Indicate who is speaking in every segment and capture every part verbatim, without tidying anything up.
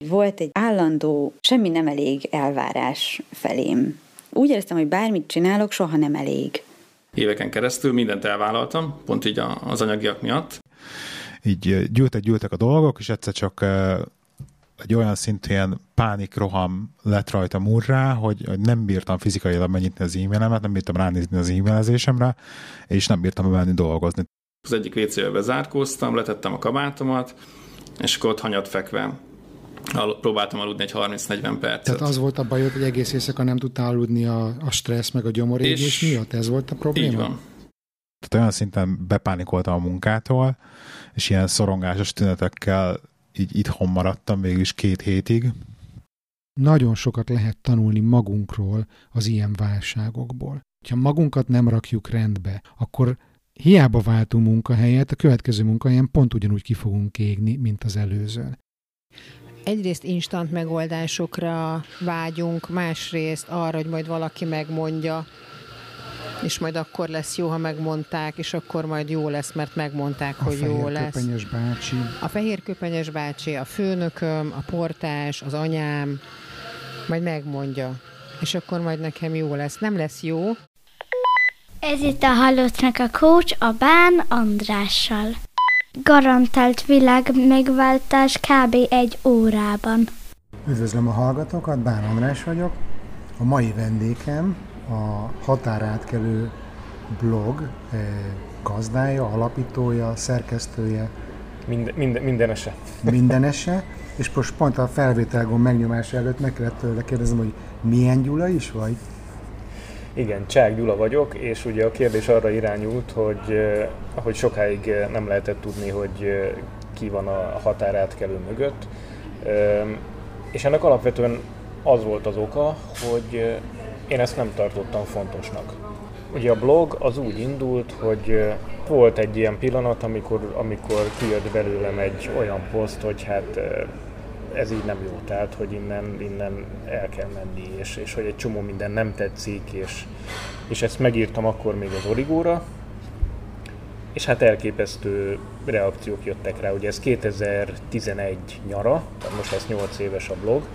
Speaker 1: Volt egy állandó, semmi nem elég elvárás felém. Úgy éreztem, hogy bármit csinálok, soha nem elég.
Speaker 2: Éveken keresztül mindent elvállaltam, pont így az anyagiak miatt.
Speaker 3: Így gyűltek-gyűltek a dolgok, és egyszer csak egy olyan szintű ilyen pánikroham lett rajta urrá, hogy nem bírtam fizikailag megnyitni az e-mailemet, nem bírtam ránézni az e-mailezésemre, és nem bírtam menni dolgozni.
Speaker 2: Az egyik vécébe bezárkóztam, letettem a kabátomat, és akkor ott hanyat fekve próbáltam aludni egy harminc-negyven percet.
Speaker 4: Tehát az volt a bajod, hogy egész éjszaka nem tudtál aludni a, a stressz meg a gyomorégés miatt? Ez volt a probléma?
Speaker 2: Így van.
Speaker 3: Tehát olyan szinten bepánikoltam a munkától, és ilyen szorongásos tünetekkel így itthon maradtam végülis két hétig.
Speaker 4: Nagyon sokat lehet tanulni magunkról az ilyen válságokból. Ha magunkat nem rakjuk rendbe, akkor hiába váltunk munkahelyet, a következő munkahelyen pont ugyanúgy ki fogunk égni, mint az előzőn.
Speaker 5: Egyrészt instant megoldásokra vágyunk, másrészt arra, hogy majd valaki megmondja, és majd akkor lesz jó, ha megmondták, és akkor majd jó lesz, mert megmondták,
Speaker 4: a
Speaker 5: hogy jó lesz.
Speaker 4: A fehérköpenyes bácsi.
Speaker 5: A fehérköpenyes bácsi, a főnököm, a portás, az anyám, majd megmondja, és akkor majd nekem jó lesz. Nem lesz jó.
Speaker 6: Ez itt a Halottnak a coach a Bán Andrással. Garantált világ megváltás kb. Egy órában.
Speaker 7: Üdvözlöm a hallgatókat, Bán András vagyok. A mai vendégem a Határátkelő blog gazdája, alapítója, szerkesztője.
Speaker 8: Mind, minden, mindenese.
Speaker 7: Mindenese. És most pont a felvételgomb megnyomása előtt meg kellett tőle kérdezem, hogy milyen Gyula is vagy?
Speaker 8: Igen, Csák Gyula vagyok, és ugye a kérdés arra irányult, hogy, hogy sokáig nem lehetett tudni, hogy ki van a határátkelő mögött. És ennek alapvetően az volt az oka, hogy én ezt nem tartottam fontosnak. Ugye a blog az úgy indult, hogy volt egy ilyen pillanat, amikor, amikor kijött belőlem egy olyan poszt, hogy hát ez így nem jó, tehát hogy innen, innen el kell menni, és, és hogy egy csomó minden nem tetszik, és, és ezt megírtam akkor még az Origóra, és hát elképesztő reakciók jöttek rá. Ugye ez kétezer-tizenegy nyara, tehát most lesz nyolc éves a blog,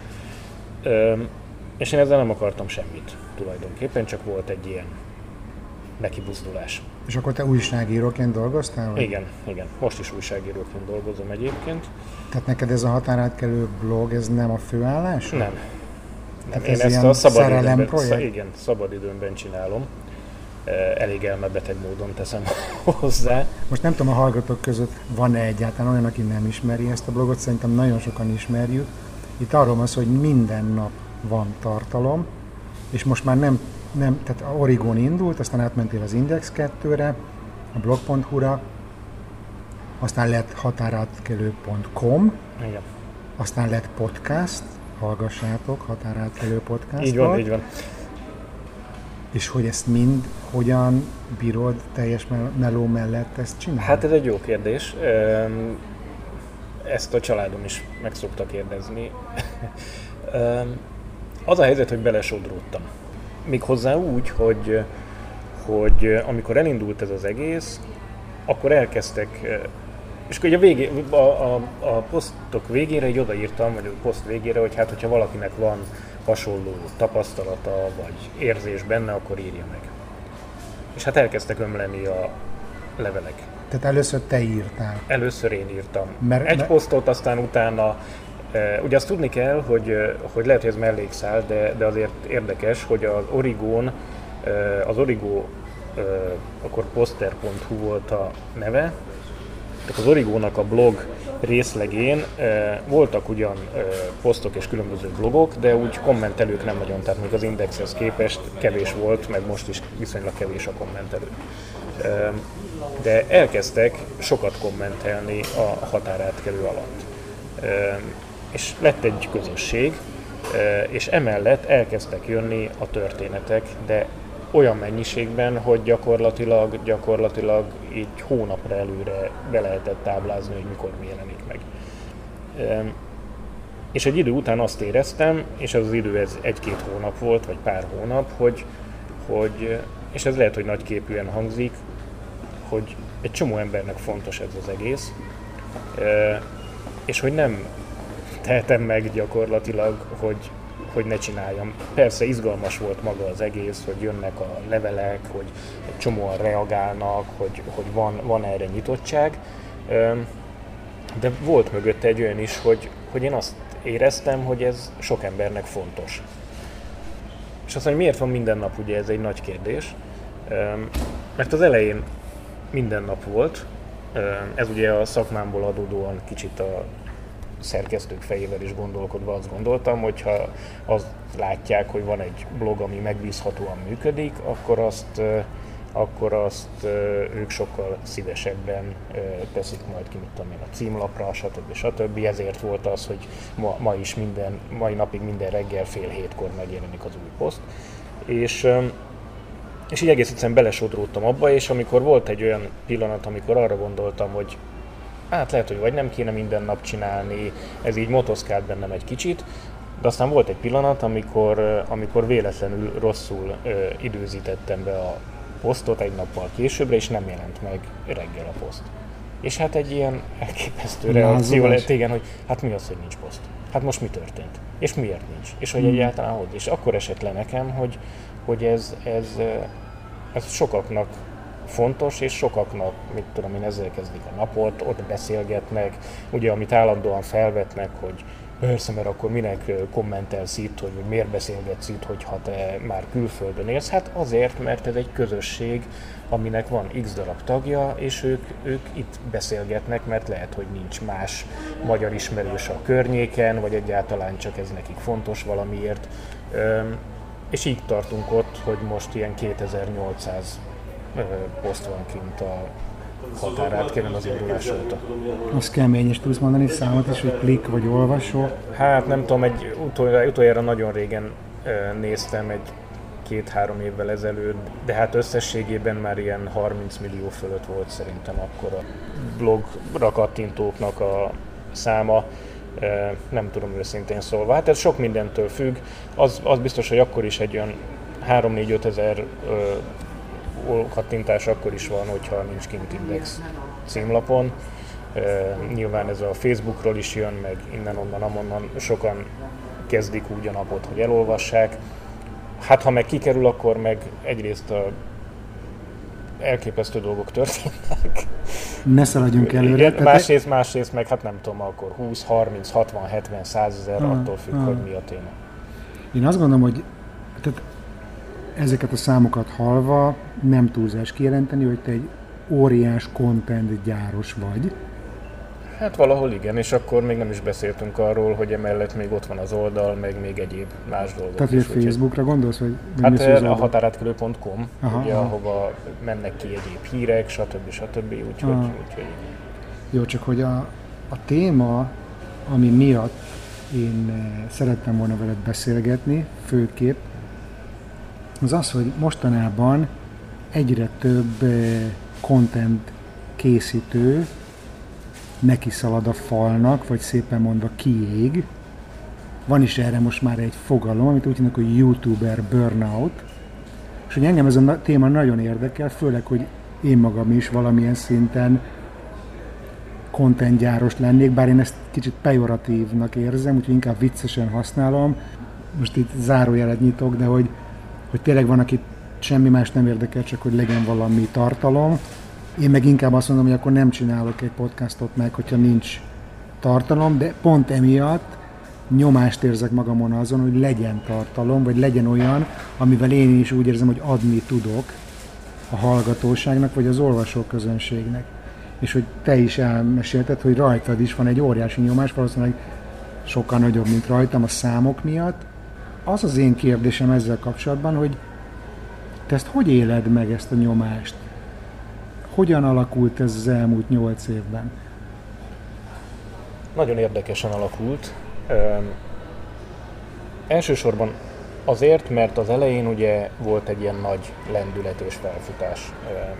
Speaker 8: és én ezzel nem akartam semmit tulajdonképpen, csak volt egy ilyen nekibuzdulás.
Speaker 7: És akkor te újságíróként dolgoztál? Vagy?
Speaker 8: Igen, igen. Most is újságíróként dolgozom egyébként.
Speaker 7: Tehát neked ez a határátkelő blog, ez nem a főállás?
Speaker 8: Nem. nem. Én
Speaker 7: ez
Speaker 8: ezt a szabadidőmben,
Speaker 7: projekt?
Speaker 8: igen, szabadidőmben csinálom. Elég elmebeteg módon teszem hozzá.
Speaker 7: Most nem tudom, a hallgatók között van-e egyáltalán olyan, aki nem ismeri ezt a blogot, szerintem nagyon sokan ismerjük. Itt arról van szó, hogy minden nap van tartalom, és most már nem, nem tehát a Origón indult, aztán átmentél az Index kettőre, a blog pont hu-ra, aztán lett határátkelő pont com,
Speaker 8: igen.
Speaker 7: Aztán lett podcast, hallgassátok, Határátkelő podcast.
Speaker 8: Így van, így van.
Speaker 7: És hogy ezt mind hogyan bírod teljes meló mellett ezt csinálni?
Speaker 8: Hát ez egy jó kérdés. Ezt a családom is meg szokta kérdezni. Az a helyzet, hogy belesodródtam. Méghozzá úgy, hogy, hogy amikor elindult ez az egész, akkor elkezdtek, és akkor ugye a, végé, a, a, a posztok végére így odaírtam, vagy a poszt végére, hogy hát, hogyha valakinek van hasonló tapasztalata, vagy érzés benne, akkor írja meg. És hát elkezdtek ömleni a levelek.
Speaker 7: Tehát először te írtál?
Speaker 8: Először én írtam.
Speaker 7: Mert,
Speaker 8: Egy
Speaker 7: mert...
Speaker 8: posztot, aztán utána, e, ugye azt tudni kell, hogy, hogy lehet, hogy ez mellékszál, de, de azért érdekes, hogy az Origón, e, az Origo, e, akkor poster pont hu volt a neve, az Origónak a blog részlegén e, voltak ugyan e, posztok és különböző blogok, de úgy kommentelők nem nagyon, tehát még az Indexhez képest kevés volt, meg most is viszonylag kevés a kommentelő. E, de elkezdtek sokat kommentelni a határátkelő alatt. E, és lett egy közösség, e, és emellett elkezdtek jönni a történetek, de olyan mennyiségben, hogy gyakorlatilag, gyakorlatilag így hónapra előre be lehetett táblázni, hogy mikor mi jelenik meg. És egy idő után azt éreztem, és az az idő ez egy-két hónap volt, vagy pár hónap, hogy, hogy és ez lehet, hogy nagyképűen hangzik, hogy egy csomó embernek fontos ez az egész, és hogy nem, tehetem meg gyakorlatilag, hogy, hogy ne csináljam. Persze izgalmas volt maga az egész, hogy jönnek a levelek, hogy egy csomóan reagálnak, hogy, hogy van, van erre nyitottság, de volt mögötte egy olyan is, hogy, hogy én azt éreztem, hogy ez sok embernek fontos. És azt mondja, miért van minden nap, ugye ez egy nagy kérdés, mert az elején minden nap volt, ez ugye a szakmámból adódóan kicsit a szerkesztők fejével is gondolkodva azt gondoltam, hogyha azt látják, hogy van egy blog, ami megbízhatóan működik, akkor azt, akkor azt ők sokkal szívesebben teszik majd ki, mit tudom én, a címlapra, stb. stb. Ezért volt az, hogy ma, ma is minden, mai napig minden reggel fél hétkor megjelenik az új poszt. És, és így egész egyszerűen belesodródtam abba, és amikor volt egy olyan pillanat, amikor arra gondoltam, hogy hát lehet, hogy vagy nem kéne minden nap csinálni, ez így motoszkált bennem egy kicsit, de aztán volt egy pillanat, amikor, amikor véletlenül rosszul ö, időzítettem be a posztot egy nappal későbbre, és nem jelent meg reggel a poszt. És hát egy ilyen elképesztő reakció lett, igen, hogy hát mi az, hogy nincs poszt? Hát most mi történt? És miért nincs? És hogy hmm. egyáltalán hogy? És akkor esett le nekem, hogy, hogy ez, ez, ez sokaknak fontos, és sokaknak, mit tudom én, ezzel kezdik a napot, ott beszélgetnek, ugye amit állandóan felvetnek, hogy persze, mert akkor minek kommentelsz itt, hogy miért beszélgetsz itt, hogyha te már külföldön élsz? Hát azért, mert ez egy közösség, aminek van x darab tagja, és ők, ők itt beszélgetnek, mert lehet, hogy nincs más magyar ismerős a környéken, vagy egyáltalán csak ez nekik fontos valamiért. És így tartunk ott, hogy most ilyen kétezer-nyolcszáz poszt van kint a határát, kérem az indulás óta.
Speaker 7: Az kemény, és tudsz mondani számot is, hogy klik vagy olvasó?
Speaker 8: Hát nem tudom, egy utol, utoljára nagyon régen néztem, egy két-három évvel ezelőtt, de hát összességében már ilyen harminc millió fölött volt szerintem akkor a blogra kattintóknak a száma. Nem tudom őszintén szólva. Hát ez sok mindentől függ. Az, az biztos, hogy akkor is egy olyan három-négy-öt ezer kattintás akkor is van, hogyha nincs kint Index címlapon. E, nyilván ez a Facebookról is jön, meg innen-onnan, amonnan sokan kezdik úgy a napot, hogy elolvassák. Hát ha meg kikerül, akkor meg egyrészt a elképesztő dolgok történnek.
Speaker 7: Ne szaladjunk előre.
Speaker 8: Igen, másrészt, másrészt meg hát nem tudom, akkor húsz, harminc, hatvan, hetven, százezer, ah, attól függ, ah. hogy mi a téma.
Speaker 7: Én azt gondolom, hogy tehát ezeket a számokat hallva nem túlzás kijelenteni, hogy te egy óriás content gyáros vagy.
Speaker 8: Hát valahol igen, és akkor még nem is beszéltünk arról, hogy emellett még ott van az oldal, meg még egyéb más dolgok.
Speaker 7: Tehát, hogy Facebookra gondolsz? Vagy
Speaker 8: hát a határátkörő pont com, ugye, ahova mennek ki egyéb hírek, stb. stb. Úgyhogy, úgyhogy...
Speaker 7: Jó, csak hogy a, a téma, ami miatt én szerettem volna veled beszélgetni, főképp, az az, hogy mostanában egyre több content készítő neki szalad a falnak, vagy szépen mondva kiég. Van is erre most már egy fogalom, amit úgy hívnak, hogy YouTuber burnout. És hogy engem ez a téma nagyon érdekel, főleg, hogy én magam is valamilyen szinten contentgyáros lennék, bár én ezt kicsit pejoratívnak érzem, úgyhogy inkább viccesen használom. Most itt zárójelet nyitok, de hogy, hogy tényleg van, akit semmi más nem érdekel, csak hogy legyen valami tartalom. Én meg inkább azt mondom, hogy akkor nem csinálok egy podcastot meg, hogyha nincs tartalom, de pont emiatt nyomást érzek magamon azon, hogy legyen tartalom, vagy legyen olyan, amivel én is úgy érzem, hogy adni tudok a hallgatóságnak, vagy az olvasóközönségnek. És hogy te is elmesélted, hogy rajtad is van egy óriási nyomás, valószínűleg sokkal nagyobb, mint rajtam a számok miatt. Az az én kérdésem ezzel kapcsolatban, hogy te ezt hogy éled meg, ezt a nyomást? Hogyan alakult ez az elmúlt nyolc évben?
Speaker 8: Nagyon érdekesen alakult. Üm, elsősorban azért, mert az elején ugye volt egy ilyen nagy lendület és felfutás. Üm,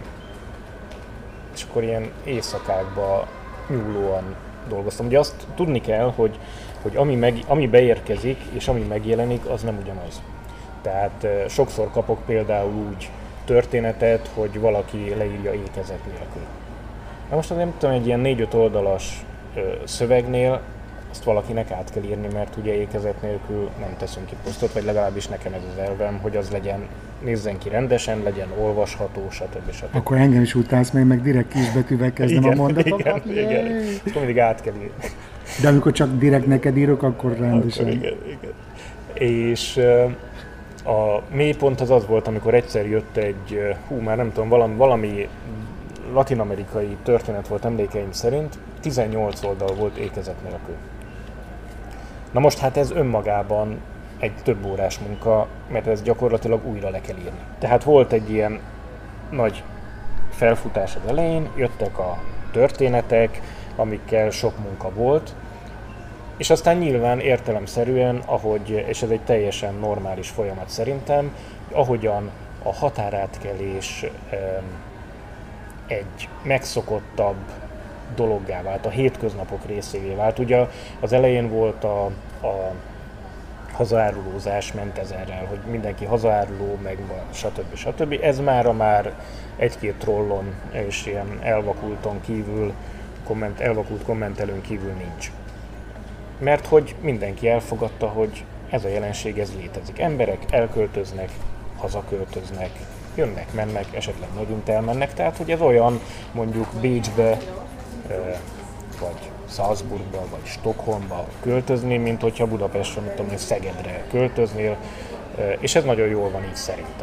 Speaker 8: és akkor ilyen éjszakákba nyúlóan dolgoztam. Ugye azt tudni kell, hogy, hogy ami, meg, ami beérkezik és ami megjelenik, az nem ugyanaz. Tehát uh, sokszor kapok például úgy történetet, hogy valaki leírja ékezet nélkül. Na most nem tudom, egy ilyen négy-öt oldalas ö, szövegnél azt valakinek át kell írni, mert ugye ékezet nélkül nem teszünk ki posztot, vagy legalábbis nekem ez az elvem, hogy az legyen, nézzen ki rendesen, legyen olvasható, stb. stb.
Speaker 7: Akkor engem is utálsz, meg, meg direkt kisbetűvel kezdem
Speaker 8: igen,
Speaker 7: a mondatokat.
Speaker 8: Igen, igen. Ezt mindig át kell írni.
Speaker 7: De amikor csak direkt neked írok, akkor rendesen.
Speaker 8: Akkor igen, igen. És a mélypont az az volt, amikor egyszer jött egy, hú, már nem tudom, valami, valami latin-amerikai történet volt emlékeim szerint, tizennyolc oldal volt ékezet nélkül. Na most hát ez önmagában egy több órás munka, mert ez gyakorlatilag újra le kell írni. Tehát volt egy ilyen nagy felfutás az elején, jöttek a történetek, amikkel sok munka volt, és aztán nyilván értelemszerűen, ahogy, és ez egy teljesen normális folyamat szerintem, ahogyan a határátkelés egy megszokottabb dologgá vált, a hétköznapok részévé vált. Ugye az elején volt a, a hazaárulózás, ment ezerrel, hogy mindenki hazaáruló, meg stb. stb. Ez mára már egy-két trollon és ilyen elvakulton kívül, komment, elvakult kommentelőn kívül nincs. Mert hogy mindenki elfogadta, hogy ez a jelenség, ez létezik. Emberek elköltöznek, hazaköltöznek, jönnek, mennek, esetleg nagyunt elmennek, tehát hogy ez olyan mondjuk Bécsbe, vagy Salzburgba, vagy Stockholmba költözni, mint hogyha Budapestre, mint tudom, Szegedre költöznél, és ez nagyon jól van így szerintem.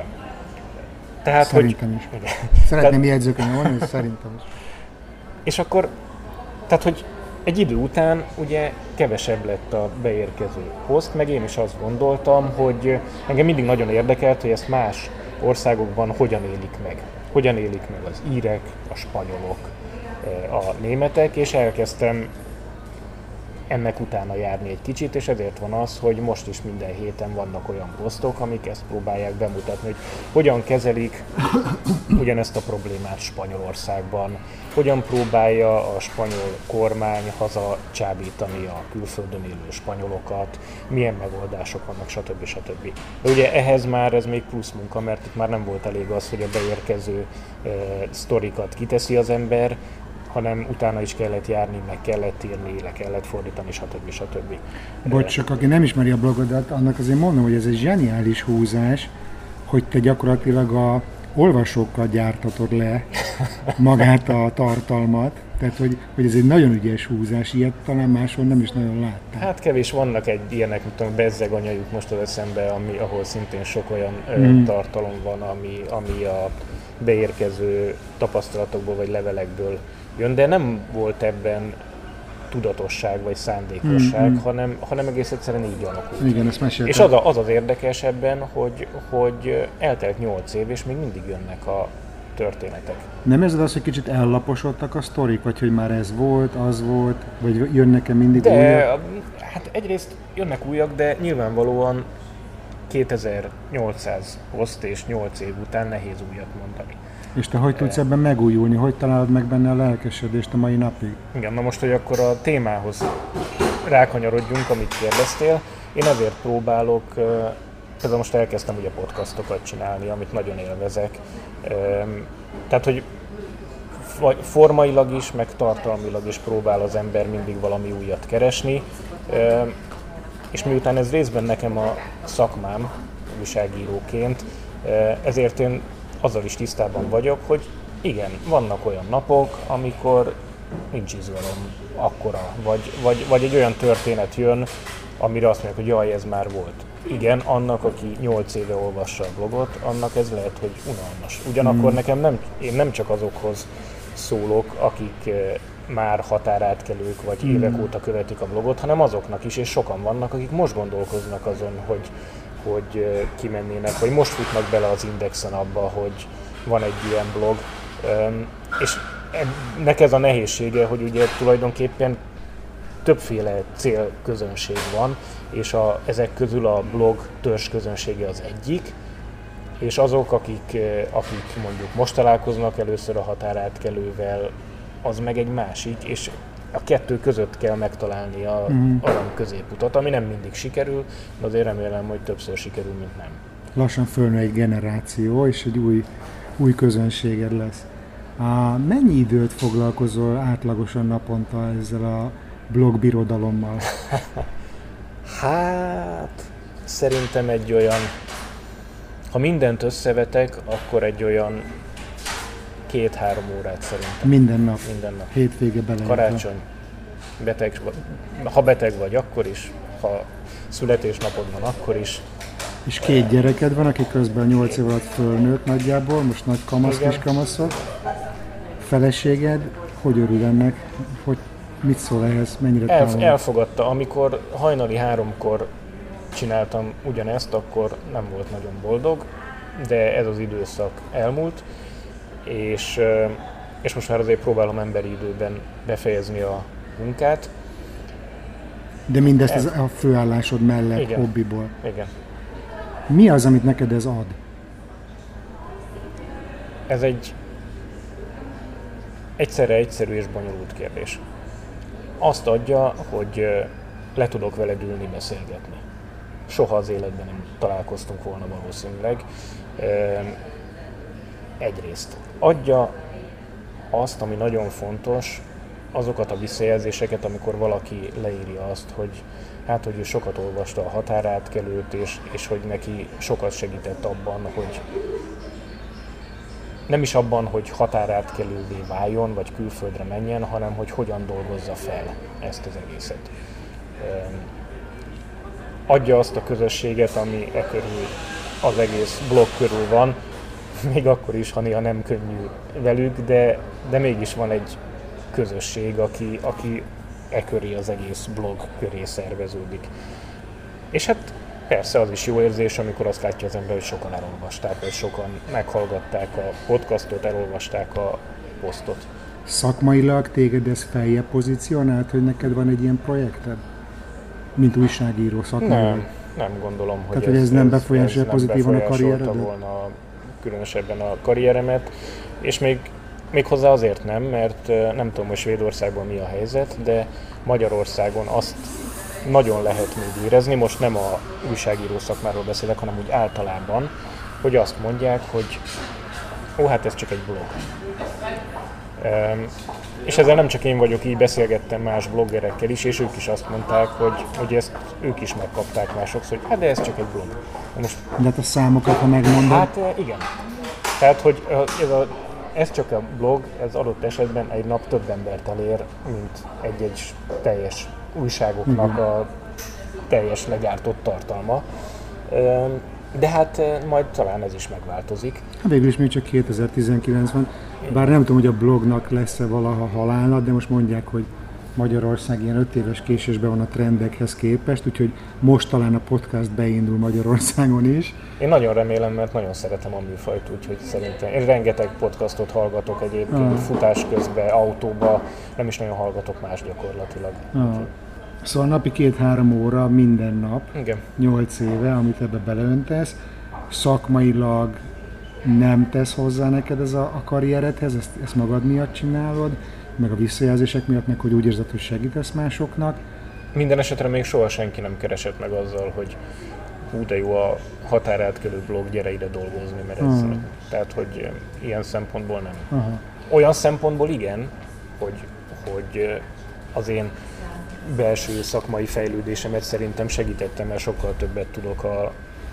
Speaker 8: Tehát,
Speaker 7: szerintem
Speaker 8: hogy,
Speaker 7: is.
Speaker 8: Igen.
Speaker 7: Szeretném jegyzőkönyvben mondani, hogy szerintem is.
Speaker 8: És akkor, tehát hogy egy idő után ugye kevesebb lett a beérkező poszt, meg én is azt gondoltam, hogy engem mindig nagyon érdekelt, hogy ezt más országokban hogyan élik meg. Hogyan élik meg az írek, a spanyolok, a németek, és elkezdtem ennek utána járni egy kicsit, és ezért van az, hogy most is minden héten vannak olyan posztok, amik ezt próbálják bemutatni, hogy hogyan kezelik ugyanezt a problémát Spanyolországban, hogyan próbálja a spanyol kormány hazacsábítani a külföldön élő spanyolokat, milyen megoldások vannak, stb. stb. De ugye ehhez már ez még plusz munka, mert itt már nem volt elég az, hogy a beérkező e, sztorikat kiteszi az ember, hanem utána is kellett járni, meg kellett írni, le kellett fordítani, stb. stb.
Speaker 7: Bocs, csak aki nem ismeri a blogodat, annak azért mondom, hogy ez egy zseniális húzás, hogy te gyakorlatilag a olvasókkal gyártatod le magát a tartalmat, tehát hogy, hogy ez egy nagyon ügyes húzás, ilyet talán máshol nem is nagyon láttam.
Speaker 8: Hát kevés, vannak egy ilyenek, mint tudom, Bezzeg anya jut most az eszembe, ami, ahol szintén sok olyan mm. tartalom van, ami, ami a beérkező tapasztalatokból vagy levelekből jön, de nem volt ebben tudatosság vagy szándékosság, mm-hmm. hanem, hanem egész egyszerűen így alakult.
Speaker 7: Igen, ezt meséltem.
Speaker 8: És az, a, az az érdekes ebben, hogy, hogy eltelt nyolc év, és még mindig jönnek a történetek.
Speaker 7: Nem érzed azt, hogy kicsit ellaposodtak a sztorik, vagy hogy már ez volt, az volt, vagy jönnek-e mindig
Speaker 8: de,
Speaker 7: újak?
Speaker 8: Hát egyrészt jönnek újak, de nyilvánvalóan kétezer-nyolcszáz poszt és nyolc év után nehéz újat mondani.
Speaker 7: És te hogy tudsz ebben megújulni? Hogy találod meg benne a lelkesedést a mai napig?
Speaker 8: Igen, na most, hogy akkor a témához rákanyarodjunk, amit kérdeztél, én ezért próbálok, például most elkezdtem ugye podcastokat csinálni, amit nagyon élvezek. Tehát, hogy formailag is, meg tartalmilag is próbál az ember mindig valami újat keresni. És miután ez részben nekem a szakmám, újságíróként, ezért én azzal is tisztában vagyok, hogy igen, vannak olyan napok, amikor nincs izgalom akkora, vagy, vagy, vagy egy olyan történet jön, amire azt mondják, hogy jaj, ez már volt. Igen, annak, aki nyolc éve olvassa a blogot, annak ez lehet, hogy unalmas. Ugyanakkor mm. nekem nem, én nem csak azokhoz szólok, akik már határátkelők, vagy mm. évek óta követik a blogot, hanem azoknak is, és sokan vannak, akik most gondolkoznak azon, hogy hogy kimennének, vagy most futnak bele az Indexen abba, hogy van egy ilyen blog. És ennek ez a nehézsége, hogy ugye tulajdonképpen többféle célközönség van, és a, ezek közül a blog törzs közönsége az egyik, és azok, akik, akik mondjuk most találkoznak először a határátkelővel, az meg egy másik, és a kettő között kell megtalálni a mm. arany középutat, ami nem mindig sikerül, de azért remélem, hogy többször sikerül, mint nem.
Speaker 7: Lassan fölnő egy generáció, és egy új, új közönséged lesz. Á, mennyi időt foglalkozol átlagosan naponta ezzel a blogbirodalommal?
Speaker 8: Hát, szerintem egy olyan, ha mindent összevetek, akkor egy olyan két-három órát szerintem.
Speaker 7: Minden nap?
Speaker 8: Minden nap.
Speaker 7: Hétvége beleértve.
Speaker 8: Karácsony. Beteg, ha beteg vagy, akkor is. Ha születésnapod van, akkor is.
Speaker 7: És két gyereked van, aki közben nyolc év alatt fölnőtt nagyjából, most nagy kamasz, kis kamaszok. Feleséged, hogy örül ennek? Hogy mit szól ehhez? Mennyire
Speaker 8: El,
Speaker 7: távol?
Speaker 8: elfogadta. Amikor hajnali háromkor csináltam ugyanezt, akkor nem volt nagyon boldog, de ez az időszak elmúlt, és, és most már azért próbálom emberi időben befejezni a munkát.
Speaker 7: De mindezt az a főállásod mellett,
Speaker 8: igen.
Speaker 7: hobbiból.
Speaker 8: Igen.
Speaker 7: Mi az, amit neked ez ad?
Speaker 8: Ez egy egyszerre egyszerű és bonyolult kérdés. Azt adja, hogy le tudok veled ülni, beszélgetni. Soha az életben nem találkoztunk volna valószínűleg. Egyrészt adja azt, ami nagyon fontos, azokat a visszajelzéseket, amikor valaki leírja azt, hogy hát, hogy ő sokat olvasta a határátkelőt, és, és hogy neki sokat segített abban, hogy nem is abban, hogy határátkelővé váljon, vagy külföldre menjen, hanem hogy hogyan dolgozza fel ezt az egészet. Adja azt a közösséget, ami e körül, az egész blog körül van, még akkor is, ha néha nem könnyű velük, de, de mégis van egy közösség, aki, aki e köré, az egész blog köré szerveződik. És hát persze az is jó érzés, amikor azt látja az ember, hogy sokan elolvasták, vagy sokan meghallgatták a podcastot, elolvasták a posztot.
Speaker 7: Szakmailag téged ez feljebb pozícionált, hogy neked van egy ilyen projekted? Mint újságíró szakmailag?
Speaker 8: Nem, nem gondolom, hogy
Speaker 7: Tehát, ez, hogy ez nem befolyásolja pozitívan a karrieredet?
Speaker 8: volna különösebben a karrieremet, és még, még hozzá azért nem, mert nem tudom, hogy Svédországban mi a helyzet, de Magyarországon azt nagyon lehet még érezni, most nem a újságíró szakmáról beszélek, hanem úgy általában, hogy azt mondják, hogy ó, hát ez csak egy blog. Um, és ezzel nem csak én vagyok, így beszélgettem más bloggerekkel is, és ők is azt mondták, hogy, hogy ezt ők is megkapták másokszor, hogy hát de ez csak egy blog. Most,
Speaker 7: de hát a számokat, ha megmondod?
Speaker 8: Hát igen. Tehát, hogy ez, a, ez csak a blog, ez adott esetben egy nap több embert elér, mint egy-egy teljes újságoknak a teljes legyártott tartalma. De hát majd talán ez is megváltozik.
Speaker 7: Hát végül is még csak kétezer-tizenkilenc van, bár nem tudom, hogy a blognak lesz-e valaha halálnap, de most mondják, hogy Magyarország ilyen öt éves késésben van a trendekhez képest, úgyhogy most talán a podcast beindul Magyarországon is.
Speaker 8: Én nagyon remélem, mert nagyon szeretem a műfajt, úgyhogy szerintem én rengeteg podcastot hallgatok egyébként, ah. futás közben, autóba, nem is nagyon hallgatok más gyakorlatilag.
Speaker 7: Ah. Szóval napi két-három óra minden nap,
Speaker 8: igen.
Speaker 7: nyolc éve, amit ebbe beleöntesz, szakmailag nem tesz hozzá neked ez a, a karrieredhez, ezt, ezt magad miatt csinálod, meg a visszajelzések miatt, meg hogy úgy érzed, hogy segítesz másoknak.
Speaker 8: Minden esetre még soha senki nem keresett meg azzal, hogy hú, de jó a határátkelő blog, gyere ide dolgozni, mert ez, uh-huh. tehát, hogy ilyen szempontból nem. Uh-huh. Olyan szempontból igen, hogy, hogy az én belső szakmai fejlődésemet szerintem segítettem, mert sokkal többet tudok a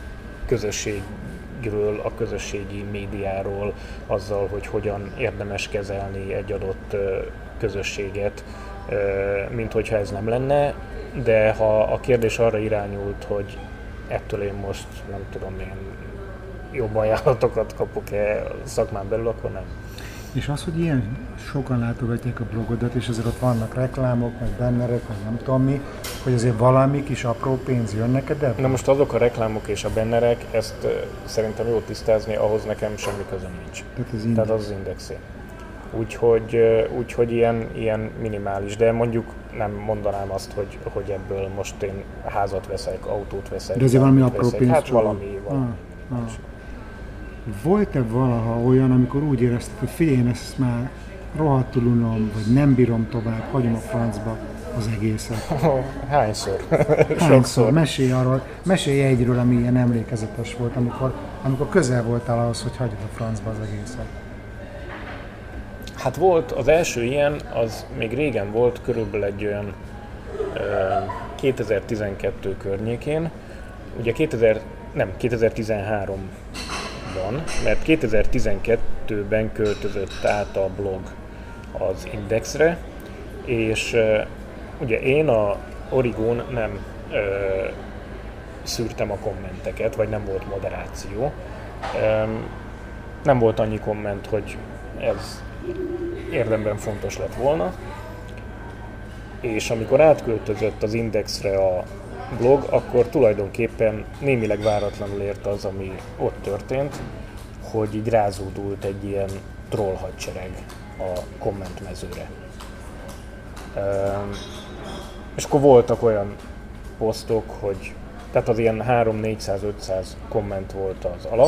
Speaker 8: közösségről, a közösségi médiáról, azzal, hogy hogyan érdemes kezelni egy adott közösséget, mint hogyha ez nem lenne, de ha a kérdés arra irányult, hogy ettől én most nem tudom, én jobb ajánlatokat kapok-e a szakmán belül, akkor nem.
Speaker 7: És az, hogy ilyen sokan látogatják a blogodat, és azért ott vannak reklámok, meg bannerek, meg nem tudom mi, hogy azért valami kis apró pénz jön neked ebből?
Speaker 8: Na most azok a reklámok és a bannerek, ezt uh, szerintem jó tisztázni, ahhoz nekem semmi közöm nincs.
Speaker 7: Tehát az, index.
Speaker 8: Tehát az, az indexé. Úgyhogy, uh, úgyhogy ilyen, ilyen minimális, de mondjuk nem mondanám azt, hogy, hogy ebből most én házat veszek, autót veszek.
Speaker 7: De azért valami apró pénz?
Speaker 8: Hát valami, valami.
Speaker 7: Ah, ah. Volt-e valaha olyan, amikor úgy érezted, hogy figyelj, én ezt már rohadtul unom, vagy nem bírom tovább, hagyom a francba az egészet?
Speaker 8: Hányszor?
Speaker 7: Hányszor? Mesélj arról, mesélj egyről, ami ilyen emlékezetes volt, amikor, amikor közel voltál ahhoz, hogy hagyod a francba az egészet.
Speaker 8: Hát volt, az első ilyen, az még régen volt, körülbelül egy olyan kétezer-tizenkettő környékén, ugye kétezer, nem, kétezer-tizenháromban, mert kétezer-tizenkettőben költözött át a blog az Indexre, és ugye én a Origón nem ö, szűrtem a kommenteket, vagy nem volt moderáció. Ö, nem volt annyi komment, hogy ez érdemben fontos lett volna. És amikor átköltözött az Indexre a blog, akkor tulajdonképpen némileg váratlanul ért az, ami ott történt, hogy így rázódult egy ilyen troll hadsereg a kommentmezőre. Ö, És akkor voltak olyan posztok, hogy tehát az ilyen háromszáz-négyszáz-ötszáz komment volt az alap,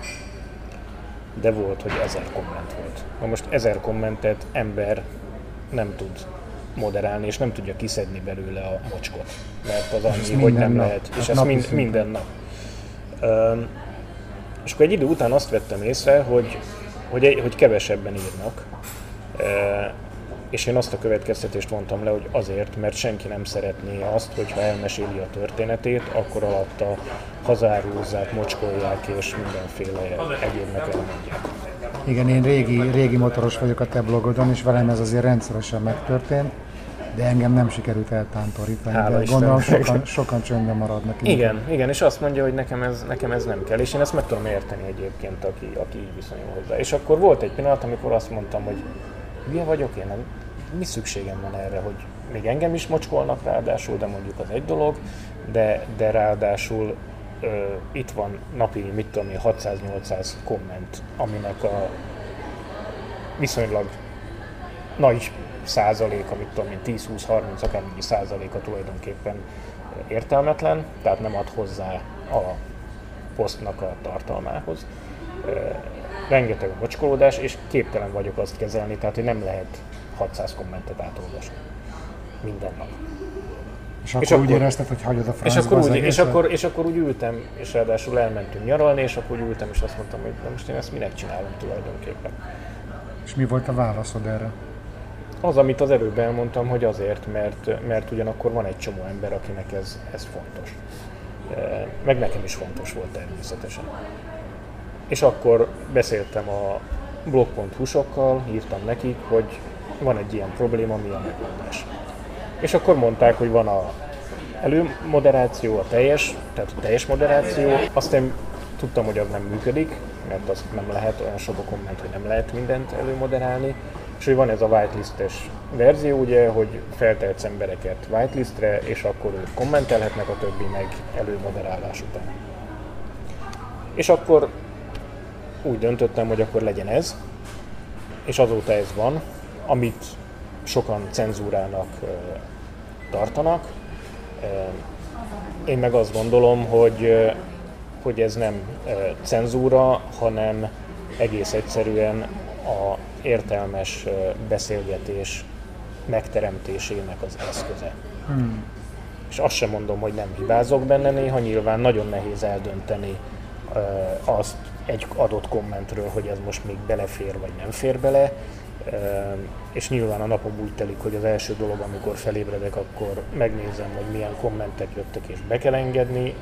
Speaker 8: de volt, hogy ezer komment volt. Na most ezer kommentet ember nem tud moderálni, és nem tudja kiszedni belőle a mocskot, mert az annyi, hogy nem nap. lehet, és ez mind, minden nap. Üm, és akkor egy idő után azt vettem észre, hogy, hogy, hogy kevesebben írnak. Üm, És én azt a következtetést vontam le, hogy azért, mert senki nem szeretné azt, hogyha elmeséli a történetét, akkor alatta hazárúzzák, mocskolják és mindenféle egyébnek elmondják.
Speaker 7: Igen, én régi, régi motoros vagyok a te blogodon, és velem ez azért rendszeresen megtörtént, de engem nem sikerült eltántorítani, de gondolom sokan, sokan csöndben maradnak.
Speaker 8: Igen, igen, és azt mondja, hogy nekem ez, nekem ez nem kell, és én ezt meg tudom érteni egyébként, aki, aki így viszonyul hozzá. És akkor volt egy pillanat, amikor azt mondtam, hogy hülye vagyok, én nem, mi szükségem van erre, hogy még engem is mocskolnak ráadásul, de mondjuk az egy dolog, de, de ráadásul ö, itt van napi, mit tudom én, hatszáz-nyolcszáz komment, aminek a viszonylag nagy százaléka, mit tudom én, tíz-húsz-harminc akármennyi százaléka tulajdonképpen értelmetlen, tehát nem ad hozzá a posztnak a tartalmához. Rengeteg a mocskolódás, és képtelen vagyok azt kezelni, tehát hogy nem lehet hatszáz kommentet átolvasni minden nap.
Speaker 7: És akkor, és akkor úgy érezted, hogy hagyod a francba
Speaker 8: és akkor,
Speaker 7: az
Speaker 8: úgy,
Speaker 7: egészet?
Speaker 8: és, akkor, és akkor úgy ültem, és ráadásul elmentünk nyaralni, és akkor úgy ültem, és azt mondtam, hogy na most én ezt minek csinálom tulajdonképpen.
Speaker 7: És mi volt a válaszod erre?
Speaker 8: Az, amit az előbb elmondtam, hogy azért, mert, mert ugyanakkor van egy csomó ember, akinek ez, ez fontos. Meg nekem is fontos volt természetesen. És akkor beszéltem a blog pont hu-sokkal, írtam nekik, hogy van egy ilyen probléma, mi a megoldás. És akkor mondták, hogy van a előmoderáció, a teljes, tehát a teljes moderáció. Azt én tudtam, hogy az nem működik, mert azt nem lehet, olyan sok a komment, hogy nem lehet mindent előmoderálni. És hogy van ez a whitelistes verzió, ugye, hogy feltehetsz embereket whitelistre, és akkor ők kommentelhetnek, a többi meg előmoderálás után. És akkor úgy döntöttem, hogy akkor legyen ez, és azóta ez van, amit sokan cenzúrának tartanak. Én meg azt gondolom, hogy, hogy ez nem cenzúra, hanem egész egyszerűen a értelmes beszélgetés megteremtésének az eszköze. Hmm. És azt sem mondom, hogy nem hibázok benne néha, nyilván nagyon nehéz eldönteni azt egy adott kommentről, hogy ez most még belefér vagy nem fér bele, és nyilván a napom úgy telik, hogy az első dolog, amikor felébredek, akkor megnézem, hogy milyen kommentek jöttek és be kell engedni,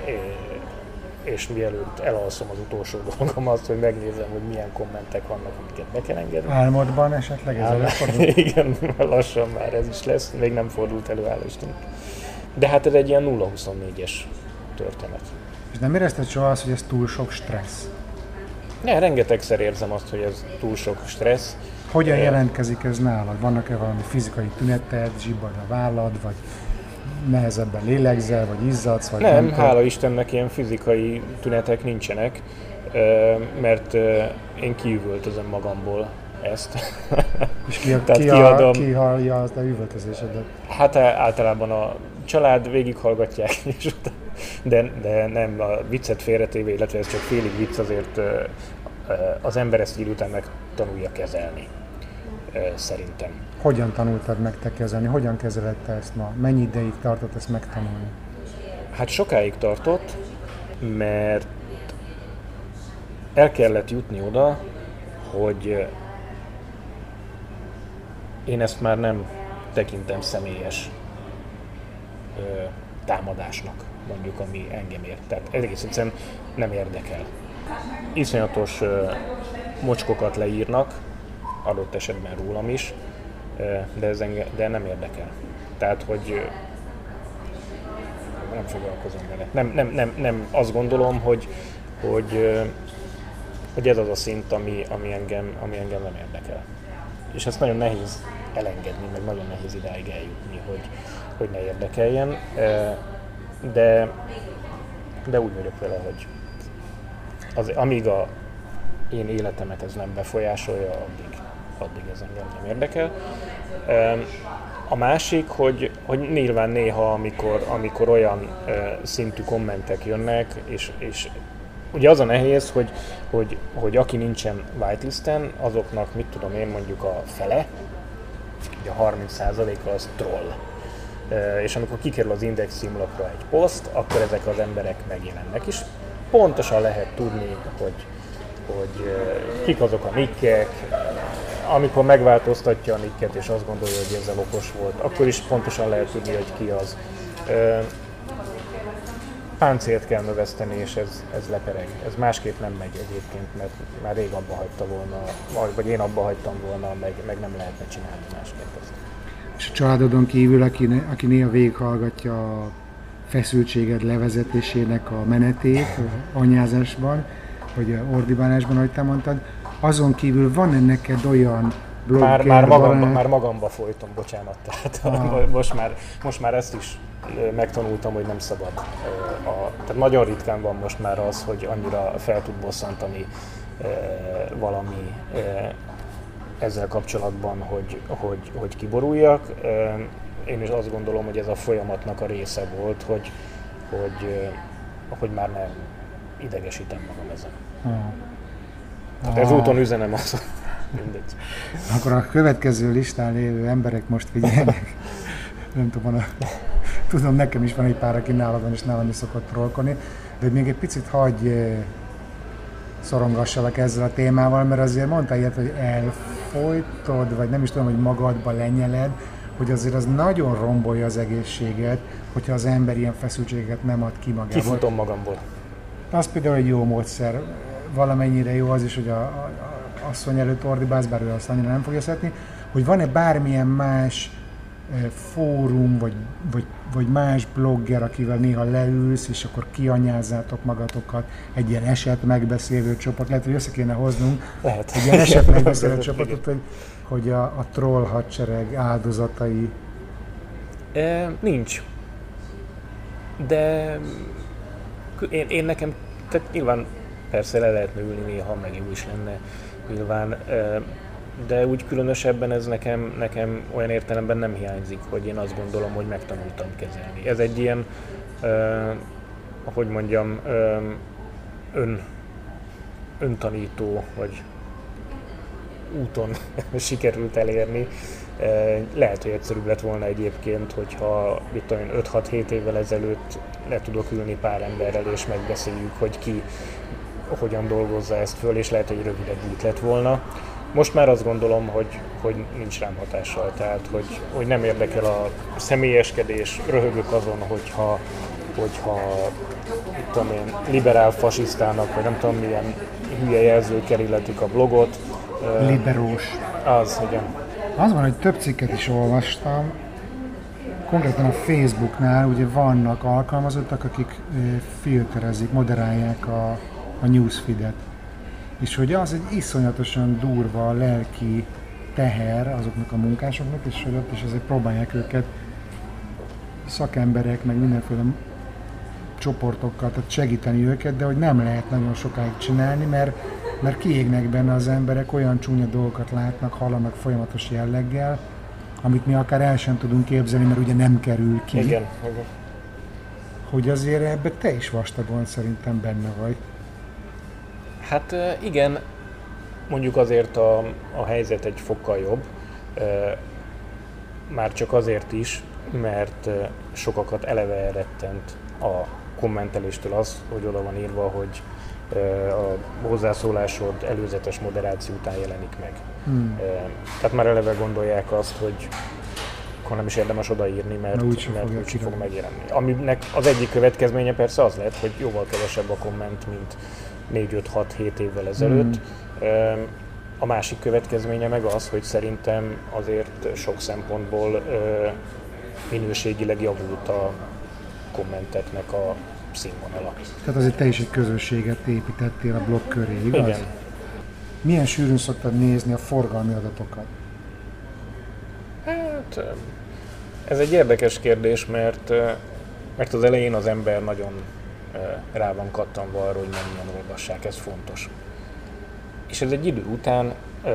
Speaker 8: és mielőtt elalszom, az utolsó dolgom az, hogy megnézem, hogy milyen kommentek vannak, amiket be kell engedni.
Speaker 7: Álmodban esetleg ez előfordul?
Speaker 8: Igen, lassan már ez is lesz, még nem fordult elő, hál' Isten. De hát ez egy ilyen nulla huszonnégyes történet.
Speaker 7: És nem érezted soha azt, hogy ez túl sok stressz?
Speaker 8: Ne, rengetegszer érzem azt, hogy ez túl sok stressz.
Speaker 7: Hogyan jelentkezik ez nálad? Vannak-e valami fizikai tüneted, zsibbad a vállad, vagy nehezebben lélegzel, vagy izzadsz? Vagy
Speaker 8: nem,
Speaker 7: nem
Speaker 8: hála Istennek ilyen fizikai tünetek nincsenek, mert én kiüvöltözöm magamból ezt.
Speaker 7: És ki, ki, kiadom. ki hallja az a üvöltözésedet?
Speaker 8: Hát általában a család végighallgatják, és de, de nem, a viccet félretéve, illetve ez csak félig vicc, azért az ember ezt idő után meg tanulja kezelni, szerintem.
Speaker 7: Hogyan tanultad meg te kezelni? Hogyan kezeled te ezt ma? Mennyi ideig tartott ezt megtanulni?
Speaker 8: Hát sokáig tartott, mert el kellett jutni oda, hogy én ezt már nem tekintem személyes ö, támadásnak, mondjuk, ami engem ért. Tehát egész egyszerűen nem érdekel. Iszonyatos ö, mocskokat leírnak, adott esetben rólam is, ö, de, ez enge, de nem érdekel. Tehát, hogy ö, nem foglalkozom vele. Nem, nem, nem, nem azt gondolom, hogy, hogy, ö, hogy ez az a szint, ami, ami, engem, ami engem nem érdekel. És ezt nagyon nehéz elengedni, meg nagyon nehéz idáig eljutni, hogy, hogy ne érdekeljen, de, de úgy vagyok vele, hogy az, amíg a én életemet ez nem befolyásolja, addig, addig ez engem nem érdekel. A másik, hogy, hogy nyilván néha, amikor, amikor olyan szintű kommentek jönnek, és, és ugye az a nehéz, hogy, hogy, hogy aki nincsen whitelisten, azoknak, mit tudom én, mondjuk a fele, ugye a harminc százaléka az troll. És amikor kikerül az Index címlapra egy poszt, akkor ezek az emberek megjelennek is. Pontosan lehet tudni, hogy, hogy kik azok a nickek, amikor megváltoztatja a nicket és azt gondolja, hogy ezzel okos volt, akkor is pontosan lehet tudni, hogy ki az. Páncélt kell növeszteni, és ez, ez lepereg. Ez másképp nem megy egyébként, mert már rég abba hagyta volna, vagy én abba hagytam volna, meg, meg nem lehetne csinálni másképp ezt.
Speaker 7: És a családodon kívül, aki, aki néha végighallgatja a feszültséged levezetésének a menetét, anyázásban, vagy ordibálásban, ahogy te mondtad, azon kívül van-e neked olyan blogger,
Speaker 8: már, már, magamba, már magamba folytom, bocsánat. Tehát ah. most, már, most már ezt is megtanultam, hogy nem szabad. A, tehát nagyon ritkán van most már az, hogy annyira fel tud bosszantani valami ezzel kapcsolatban, hogy, hogy, hogy kiboruljak. Én is azt gondolom, hogy ez a folyamatnak a része volt, hogy, hogy, hogy már nem idegesítem magam ezen. Ah. Tehát ez úton üzenem az. Mindegy.
Speaker 7: Akkor a következő listán lévő emberek most figyelnek. Nem tudom, a... tudom, nekem is van egy pár, aki nálad van, és nálam is szokott trollkodni, de még egy picit hagyj szorongassalak ezzel a témával, mert azért mondtál ilyet, hogy elfolytod, vagy nem is tudom, hogy magadba lenyeled, hogy azért az nagyon rombolja az egészséget, hogyha az ember ilyen feszültségeket nem ad ki magából.
Speaker 8: Kifutom magamból.
Speaker 7: Az például egy jó módszer. Valamennyire jó az is, hogy a, a, a asszony előtt ordibálsz, bár ő azt annyira nem fogja szeretni, hogy van-e bármilyen más e, fórum, vagy, vagy, vagy más blogger, akivel néha leülsz, és akkor kianyázzátok magatokat, egy ilyen eset megbeszélő csoport, lehet, hogy össze kéne hoznunk
Speaker 8: lehet.
Speaker 7: Egy ilyen eset megbeszélő csoportot, hogy, hogy a, a troll hadsereg áldozatai.
Speaker 8: E, nincs. De én, én nekem, tehát nyilván persze le lehetne ülni néha, meg jó is lenne nyilván, de úgy különösebben ez nekem, nekem olyan értelemben nem hiányzik, hogy én azt gondolom, hogy megtanultam kezelni. Ez egy ilyen, eh, hogy mondjam, eh, ön, öntanító, vagy úton sikerült elérni. Eh, lehet, hogy egyszerűbb lett volna egyébként, hogyha mit tudom én, öt-hat-hét évvel ezelőtt le tudok ülni pár emberrel, és megbeszéljük, hogy ki hogyan dolgozza ezt föl, és lehet, hogy rövidebb út lett volna. Most már azt gondolom, hogy, hogy nincs rám hatással, tehát hogy, hogy nem érdekel a személyeskedés, röhögök azon, hogyha, hogyha tudom én, liberál fasisztának, vagy nem tudom milyen hülye jelzőkkel illetik a blogot.
Speaker 7: Liberós.
Speaker 8: Az, igen.
Speaker 7: Az van, hogy több cikket is olvastam, konkrétan a Facebooknál ugye vannak alkalmazottak, akik filterezik, moderálják a, a newsfeedet. És hogy az egy iszonyatosan durva lelki teher azoknak a munkásoknak, és hogy ott is azért próbálják őket szakemberek, meg mindenféle csoportokkal, tehát segíteni őket, de hogy nem lehet nagyon sokáig csinálni, mert, mert kiégnek benne az emberek, olyan csúnya dolgokat látnak, hallanak folyamatos jelleggel, amit mi akár el sem tudunk képzelni, mert ugye nem kerül ki.
Speaker 8: Igen, igen.
Speaker 7: Hogy azért ebben te is vastagon szerintem benne vagy.
Speaker 8: Hát igen, mondjuk azért a, a helyzet egy fokkal jobb, már csak azért is, mert sokakat eleve elrettent a kommenteléstől az, hogy oda van írva, hogy a hozzászólásod előzetes moderáció után jelenik meg. Hmm. Tehát már eleve gondolják azt, hogy akkor nem is érdemes odaírni, mert
Speaker 7: úgyse
Speaker 8: mert
Speaker 7: fog,
Speaker 8: úgy fog megjelenni. Aminek az egyik következménye persze az lehet, hogy jóval kevesebb a komment, mint négy öt hat hét évvel ezelőtt. Mm. A másik következménye meg az, hogy szerintem azért sok szempontból minőségileg javult a kommenteknek a színvonala.
Speaker 7: Tehát azért te is egy közösséget építettél a blog köré, igaz?
Speaker 8: Igen.
Speaker 7: Milyen sűrűn szoktad nézni a forgalmi adatokat?
Speaker 8: Hát, ez egy érdekes kérdés, mert, mert az elején az ember nagyon rá van kattanva arra, hogy mennyien olvassák, ez fontos. És ez egy idő után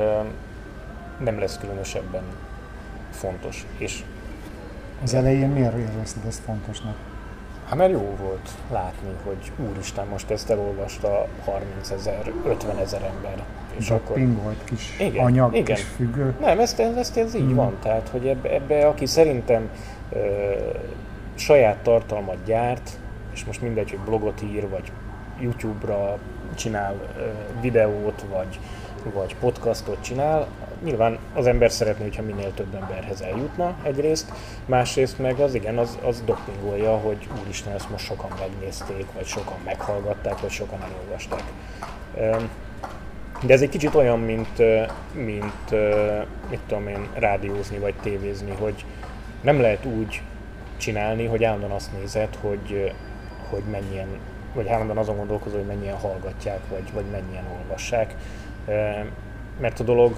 Speaker 8: nem lesz különösebben fontos. És
Speaker 7: az elején miért érezted ezt fontosnak?
Speaker 8: Hát mert jó volt látni, hogy úristen, most ezt elolvasta harmincezer, ötvenezer ember. És akkor
Speaker 7: pingolt kis
Speaker 8: igen,
Speaker 7: anyag,
Speaker 8: igen.
Speaker 7: kis függő.
Speaker 8: Nem, ezt, ezt, ez így mm. van. Tehát, hogy ebbe, ebbe aki szerintem ö, saját tartalmat gyárt, és most mindegy, hogy blogot ír, vagy YouTube-ra csinál ö, videót, vagy, vagy podcastot csinál, nyilván az ember szeretné, hogyha minél több emberhez eljutna egyrészt, másrészt meg az igen, az, az dopingolja, hogy úristen, ezt most sokan megnézték, vagy sokan meghallgatták, vagy sokan elolvasták. De ez egy kicsit olyan, mint, mint mit tudom én, rádiózni vagy tévézni, hogy nem lehet úgy csinálni, hogy állandóan azt nézed, hogy, hogy mennyien, vagy állandóan azon gondolkozol, hogy mennyien hallgatják, vagy, vagy mennyien olvassák. Mert a dolog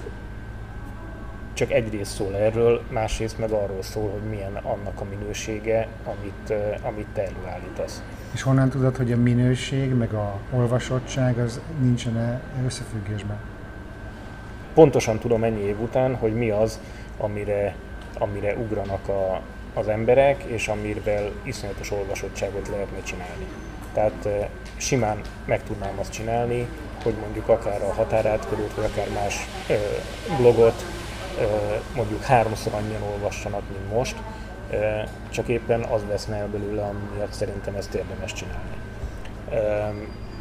Speaker 8: csak egyrészt szól erről, másrészt meg arról szól, hogy milyen annak a minősége, amit, amit te előállítasz.
Speaker 7: És honnan tudod, hogy a minőség meg a olvasottság az nincsen összefüggésben?
Speaker 8: Pontosan tudom ennyi év után, hogy mi az, amire, amire ugranak a, az emberek, és amivel iszonyatos olvasottságot lehetne csinálni. Tehát simán meg tudnám azt csinálni, hogy mondjuk akár a Határátkelőt, vagy akár más ö, blogot ö, mondjuk háromszor annyian olvassanak, mint most, ö, csak éppen az veszne el belőle, ami miatt szerintem ezt érdemes csinálni. Ö,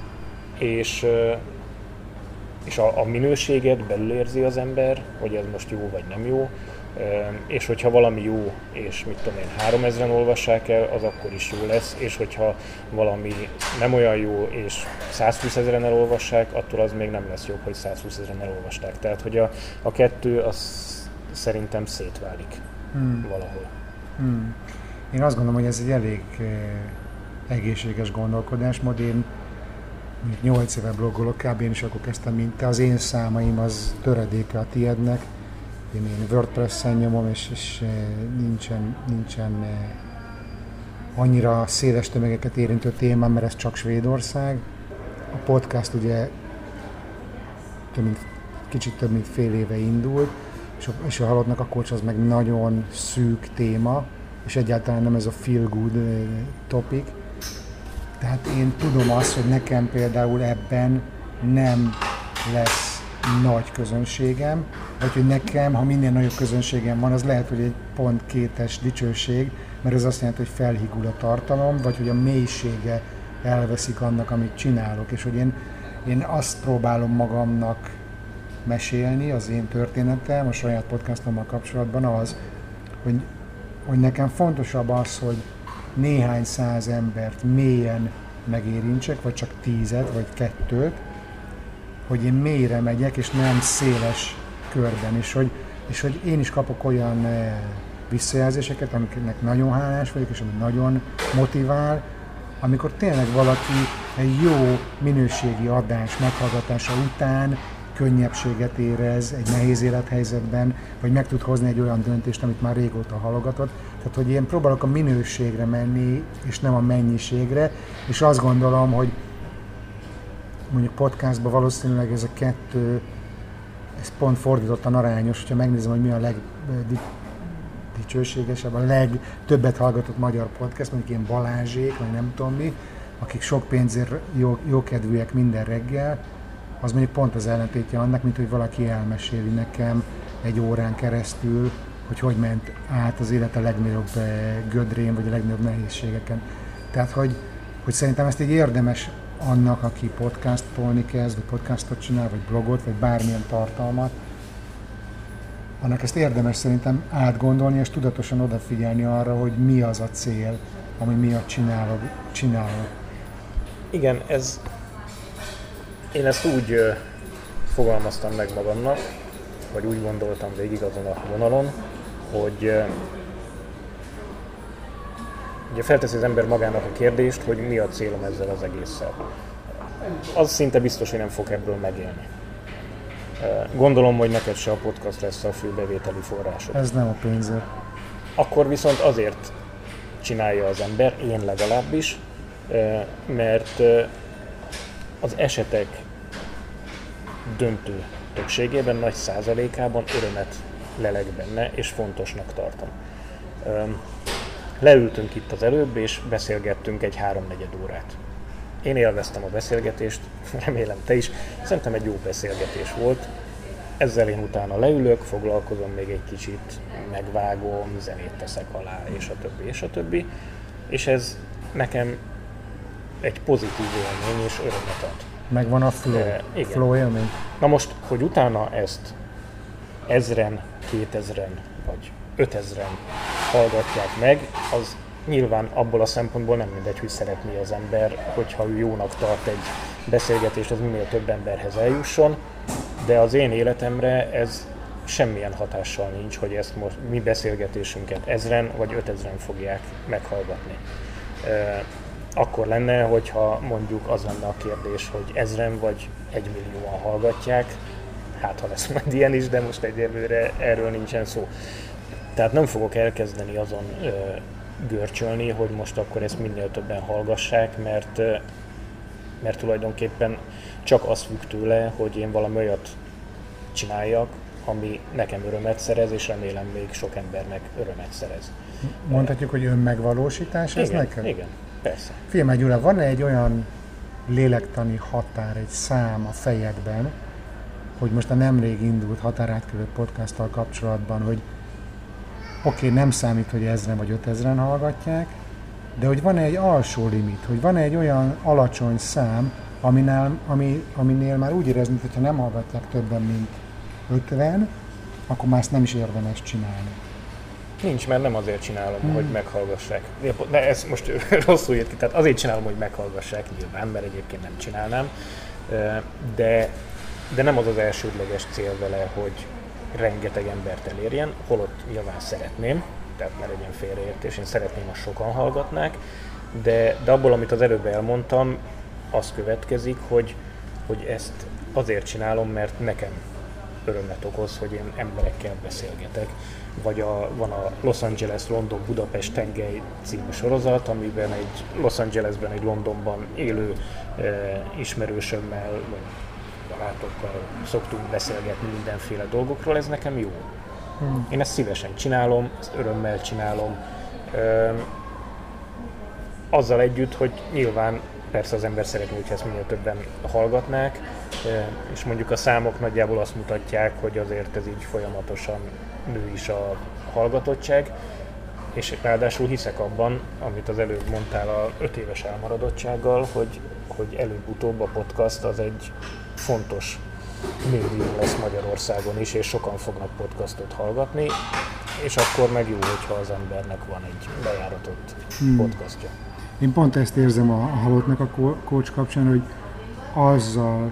Speaker 8: és ö, és a, a minőséget belülérzi az ember, hogy ez most jó vagy nem jó, és hogyha valami jó, és mit tudom én, háromezren olvassák el, az akkor is jó lesz, és hogyha valami nem olyan jó, és százhúszezren elolvassák, attól az még nem lesz jobb, hogy százhúszezren elolvasták. Tehát, hogy a, a kettő, az szerintem szétválik hmm. valahol.
Speaker 7: Hmm. Én azt gondolom, hogy ez egy elég eh, egészséges gondolkodásmód. Én nyolc éve blogolok, kb. Én is akkor kezdtem, mint te. Az én számaim az töredéke a tiednek. Én, én WordPress-en nyomom, és, és nincsen, nincsen annyira széles tömegeket érintő témám, mert ez csak Svédország. A podcast ugye több mint, kicsit több mint fél éve indult, és a, és a Halottnak a Coach az meg nagyon szűk téma, és egyáltalán nem ez a feel good topic. Tehát én tudom azt, hogy nekem például ebben nem lesz nagy közönségem, vagy hogy nekem, ha minél nagyobb közönségem van, az lehet, hogy egy pont kétes dicsőség, mert ez azt jelenti, hogy felhigul a tartalom, vagy hogy a mélysége elveszik annak, amit csinálok, és hogy én, én azt próbálom magamnak mesélni, az én történetem, a saját podcastommal kapcsolatban az, hogy, hogy nekem fontosabb az, hogy néhány száz embert mélyen megérintsek, vagy csak tízet, vagy kettőt, hogy én mélyre megyek, és nem széles körben, és hogy, és hogy én is kapok olyan visszajelzéseket, amiknek nagyon hálás vagyok, és ami nagyon motivál, amikor tényleg valaki egy jó minőségi adás meghallgatása után könnyebbséget érez egy nehéz élethelyzetben, vagy meg tud hozni egy olyan döntést, amit már régóta halogatott. Tehát, hogy én próbálok a minőségre menni, és nem a mennyiségre, és azt gondolom, hogy mondjuk podcastban valószínűleg ez a kettő, ez pont fordítottan arányos, hogyha megnézem, hogy mi a legdicsőségesebb, a legtöbbet hallgatott magyar podcast, mondjuk én Balázsék, vagy nem tudom mi, akik sok pénzért jó, jókedvűek minden reggel, az mondjuk pont az ellentétje annak, mint hogy valaki elmeséli nekem egy órán keresztül, hogy hogy ment át az élet a legnagyobb gödrén, vagy a legnagyobb nehézségeken. Tehát, hogy, hogy szerintem ezt így érdemes annak, aki podcastolni kezd, vagy podcastot csinál, vagy blogot, vagy bármilyen tartalmat, annak ezt érdemes szerintem átgondolni, és tudatosan odafigyelni arra, hogy mi az a cél, ami miatt csinálod. csinálod.
Speaker 8: Igen, ez... Én ezt úgy ö, fogalmaztam meg magamnak, vagy úgy gondoltam végig azon a vonalon, hogy ö, ugye felteszi az ember magának a kérdést, hogy mi a célom ezzel az egésszel. Az szinte biztos, hogy nem fog ebből megélni. Gondolom, hogy neked se a podcast lesz a fő bevételi forrásod.
Speaker 7: Ez nem a pénzért.
Speaker 8: Akkor viszont azért csinálja az ember, én legalábbis, mert az esetek döntő többségében, nagy százalékában örömet lelek benne, és fontosnak tartom. Leültünk itt az előbb, és beszélgettünk egy háromnegyed órát. Én élveztem a beszélgetést, remélem te is. Szerintem egy jó beszélgetés volt. Ezzel én utána leülök, foglalkozom még egy kicsit, megvágom, zenét teszek alá, és a többi, és a többi. És ez nekem egy pozitív élmény és örömet ad.
Speaker 7: Megvan a flow, e, igen. flow élmény.
Speaker 8: Na most, hogy utána ezt ezren, kétezren vagy ötezren hallgatják meg, az nyilván abból a szempontból nem mindegy, hogy szeretné az ember, hogyha ő jónak tart egy beszélgetést, az minél több emberhez eljusson, de az én életemre ez semmilyen hatással nincs, hogy ezt most mi beszélgetésünket ezren vagy ötezren fogják meghallgatni. Akkor lenne, hogyha mondjuk az lenne a kérdés, hogy ezren vagy egymillióan hallgatják, hát ha lesz majd ilyen is, de most egyelőre erről nincsen szó. Tehát nem fogok elkezdeni azon ö, görcsölni, hogy most akkor ezt minél többen hallgassák, mert, ö, mert tulajdonképpen csak az függ tőle, hogy én valami olyat csináljak, ami nekem örömet szerez, és remélem még sok embernek örömet szerez.
Speaker 7: Mondhatjuk, hogy önmegvalósítás ez
Speaker 8: igen,
Speaker 7: neked?
Speaker 8: Igen, persze.
Speaker 7: Figyelj, Gyula, van egy olyan lélektani határ, egy szám a fejedben, hogy most a nemrég indult Határátkelő podcasttal kapcsolatban, hogy oké, okay, nem számít, hogy ezren vagy ötezren hallgatják, de hogy van egy alsó limit, hogy van egy olyan alacsony szám, aminál, ami, aminél már úgy érezni, hogyha nem hallgatják többen, mint ötven, akkor már ezt nem is érdemes csinálni.
Speaker 8: Nincs, mert nem azért csinálom, hmm. hogy meghallgassák. De ez most rosszul jött ki, tehát azért csinálom, hogy meghallgassák nyilván, mert egyébként nem csinálnám, de, de nem az az elsődleges cél vele, hogy rengeteg embert elérjen, holott nyilván szeretném, tehát ne legyen félreértés, én szeretném, ha sokan hallgatnák, de, de abból, amit az előbb elmondtam, az következik, hogy, hogy ezt azért csinálom, mert nekem örömet okoz, hogy én emberekkel beszélgetek. Vagy a, van a Los Angeles, London, Budapest tengely című sorozat, amiben egy Los Angelesben, egy Londonban élő e, ismerősömmel, vagy barátokkal szoktunk beszélgetni mindenféle dolgokról, ez nekem jó. Hmm. Én ezt szívesen csinálom, ezt örömmel csinálom. E, azzal együtt, hogy nyilván persze az ember szeretné, hogyha ezt minél többen hallgatnák, és mondjuk a számok nagyjából azt mutatják, hogy azért ez így folyamatosan nő is a hallgatottság, és ráadásul hiszek abban, amit az előbb mondtál a öt éves elmaradottsággal, hogy, hogy előbb-utóbb a podcast az egy fontos médium lesz Magyarországon is, és sokan fognak podcastot hallgatni, és akkor meg jó, hogyha az embernek van egy bejáratott hmm. podcastja.
Speaker 7: Én pont ezt érzem a, a halottnak a coach kapcsán, hogy azzal,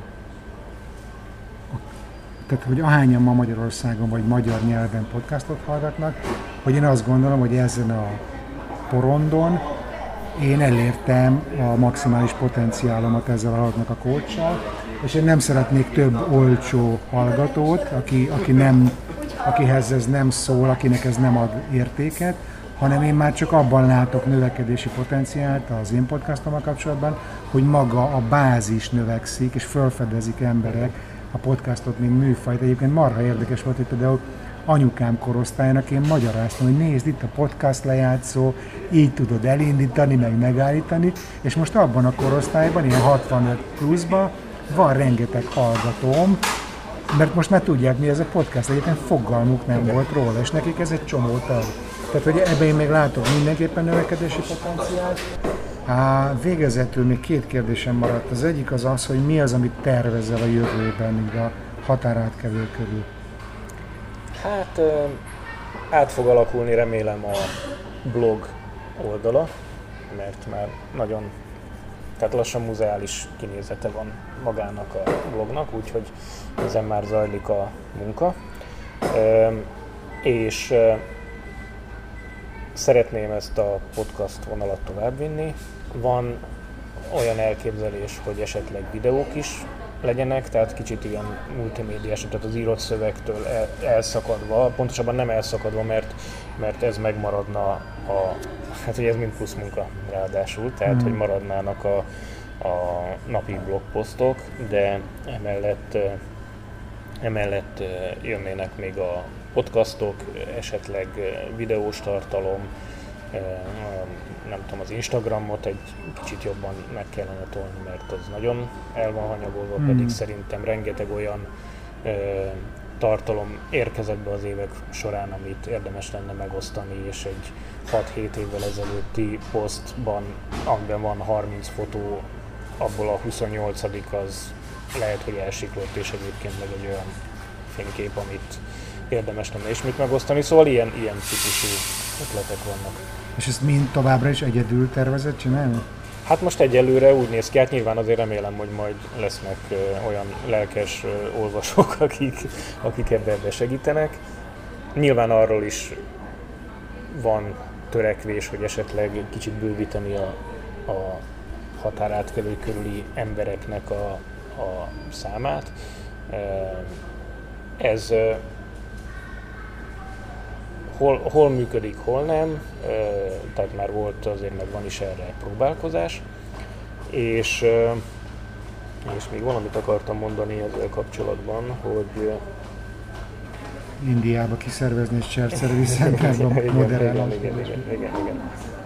Speaker 7: a, tehát hogy ahányan ma Magyarországon vagy magyar nyelven podcastot hallgatnak, hogy én azt gondolom, hogy ezen a porondon én elértem a maximális potenciálomat ezzel a halottnak a coachsal, és én nem szeretnék több olcsó hallgatót, aki, aki nem, akihez ez nem szól, akinek ez nem ad értéket, hanem én már csak abban látok növekedési potenciált az én podcastommal kapcsolatban, hogy maga a bázis növekszik, és felfedezik emberek a podcastot, mint műfajt. Egyébként marha érdekes volt, hogy például anyukám korosztályának én magyaráztam, hogy nézd, itt a podcast lejátszó, így tudod elindítani, meg megállítani, és most abban a korosztályban, ilyen hatvanöt pluszban van rengeteg hallgatóm, mert most már tudják, mi ez a podcast, egyébként fogalmuk nem volt róla, és nekik ez egy csomót ad. Tehát, hogy ebben én még látok mindenképpen növekedési potenciált. Á, végezetül még két kérdésem maradt. Az egyik az az, hogy mi az, amit tervezel a jövőben, így a határátkelő körül.
Speaker 8: Hát át fog alakulni, remélem, a blog oldala, mert már nagyon, tehát lassan muzeális kinézete van magának a blognak, úgyhogy ezen már zajlik a munka. És szeretném ezt a podcast vonalat továbbvinni. Van olyan elképzelés, hogy esetleg videók is legyenek, tehát kicsit ilyen multimédiás, tehát az írott szövegtől el, elszakadva, pontosabban nem elszakadva, mert, mert ez megmaradna a, hát ugye ez mind plusz munka ráadásul, tehát mm. hogy maradnának a, a napi blogposztok, de emellett, emellett jönnének még a podcastok, esetleg videós tartalom, nem tudom, az Instagramot egy kicsit jobban meg kellene tolni, mert az nagyon el van hanyagolva, mm. pedig szerintem rengeteg olyan ö, tartalom érkezett be az évek során, amit érdemes lenne megosztani, és egy hat-hét évvel ezelőtti posztban, amiben van harminc fotó, abból a huszonnyolcadik az lehet, hogy elsiklott, és egyébként meg egy olyan fénykép, amit érdemes lenne ismét megosztani, szóval ilyen, ilyen típusú ötletek vannak.
Speaker 7: És ezt mind továbbra is egyedül tervezett csinálni?
Speaker 8: Hát most egyelőre úgy néz ki, hát nyilván azért remélem, hogy majd lesznek ö, olyan lelkes ö, olvasók, akik, akik ebbe, ebbe segítenek. Nyilván arról is van törekvés, hogy esetleg egy kicsit bővíteni a, a határátkelő körüli embereknek a, a számát. Ez Hol, hol működik, hol nem, tehát már volt azért, meg van is erre próbálkozás, és, és még valamit akartam mondani ezzel kapcsolatban, hogy
Speaker 7: Indiába kiszervezni és cserszervi centrában moderálni.
Speaker 8: Igen, igen, igen, igen, igen.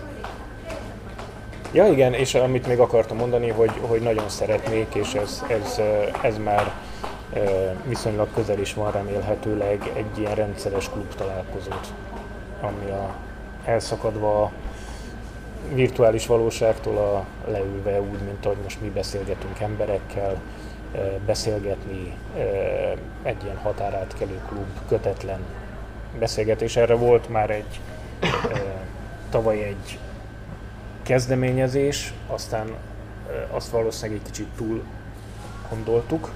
Speaker 8: Ja igen, és amit még akartam mondani, hogy, hogy nagyon szeretnék, és ez, ez, ez már viszonylag közel is van remélhetőleg egy ilyen rendszeres klub találkozót, ami a elszakadva a virtuális valóságtól a leülve úgy, mint ahogy most mi beszélgetünk emberekkel, beszélgetni egy ilyen határátkelő klub, kötetlen beszélgetés. Erre volt már egy tavaly egy kezdeményezés, aztán azt valószínűleg egy kicsit túl gondoltuk,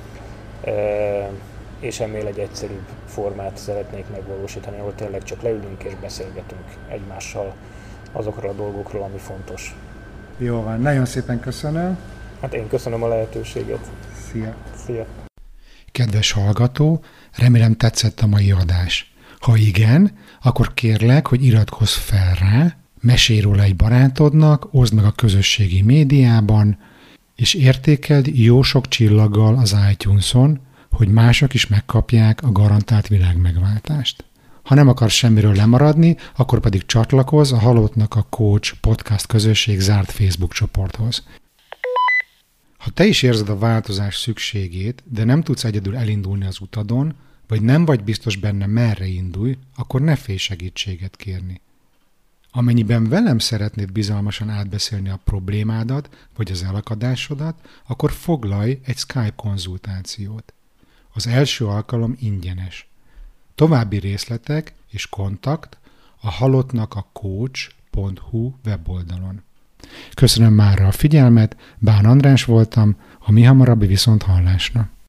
Speaker 8: és ennél egy egyszerűbb formát szeretnék megvalósítani, ahol tényleg csak leülünk és beszélgetünk egymással azokról a dolgokról, ami fontos.
Speaker 7: Jó van, nagyon szépen köszönöm.
Speaker 8: Hát én köszönöm a lehetőséget.
Speaker 7: Szia!
Speaker 8: Szia!
Speaker 4: Kedves hallgató, remélem tetszett a mai adás. Ha igen, akkor kérlek, hogy iratkozz fel rá, mesélj róla egy barátodnak, oszd meg a közösségi médiában, és értékeld jó sok csillaggal az iTunes-on, hogy mások is megkapják a garantált világmegváltást. Ha nem akarsz semmiről lemaradni, akkor pedig csatlakozz a Halottnak a Coach podcast közösség zárt Facebook csoporthoz. Ha te is érzed a változás szükségét, de nem tudsz egyedül elindulni az utadon, vagy nem vagy biztos benne, merre indulj, akkor ne félj segítséget kérni. Amennyiben velem szeretnéd bizalmasan átbeszélni a problémádat, vagy az elakadásodat, akkor foglalj egy Skype konzultációt. Az első alkalom ingyenes. További részletek és kontakt a halottnak a coach pont hu weboldalon. Köszönöm mára a figyelmet, Bán András voltam, a mi hamarabbi viszonthallásra.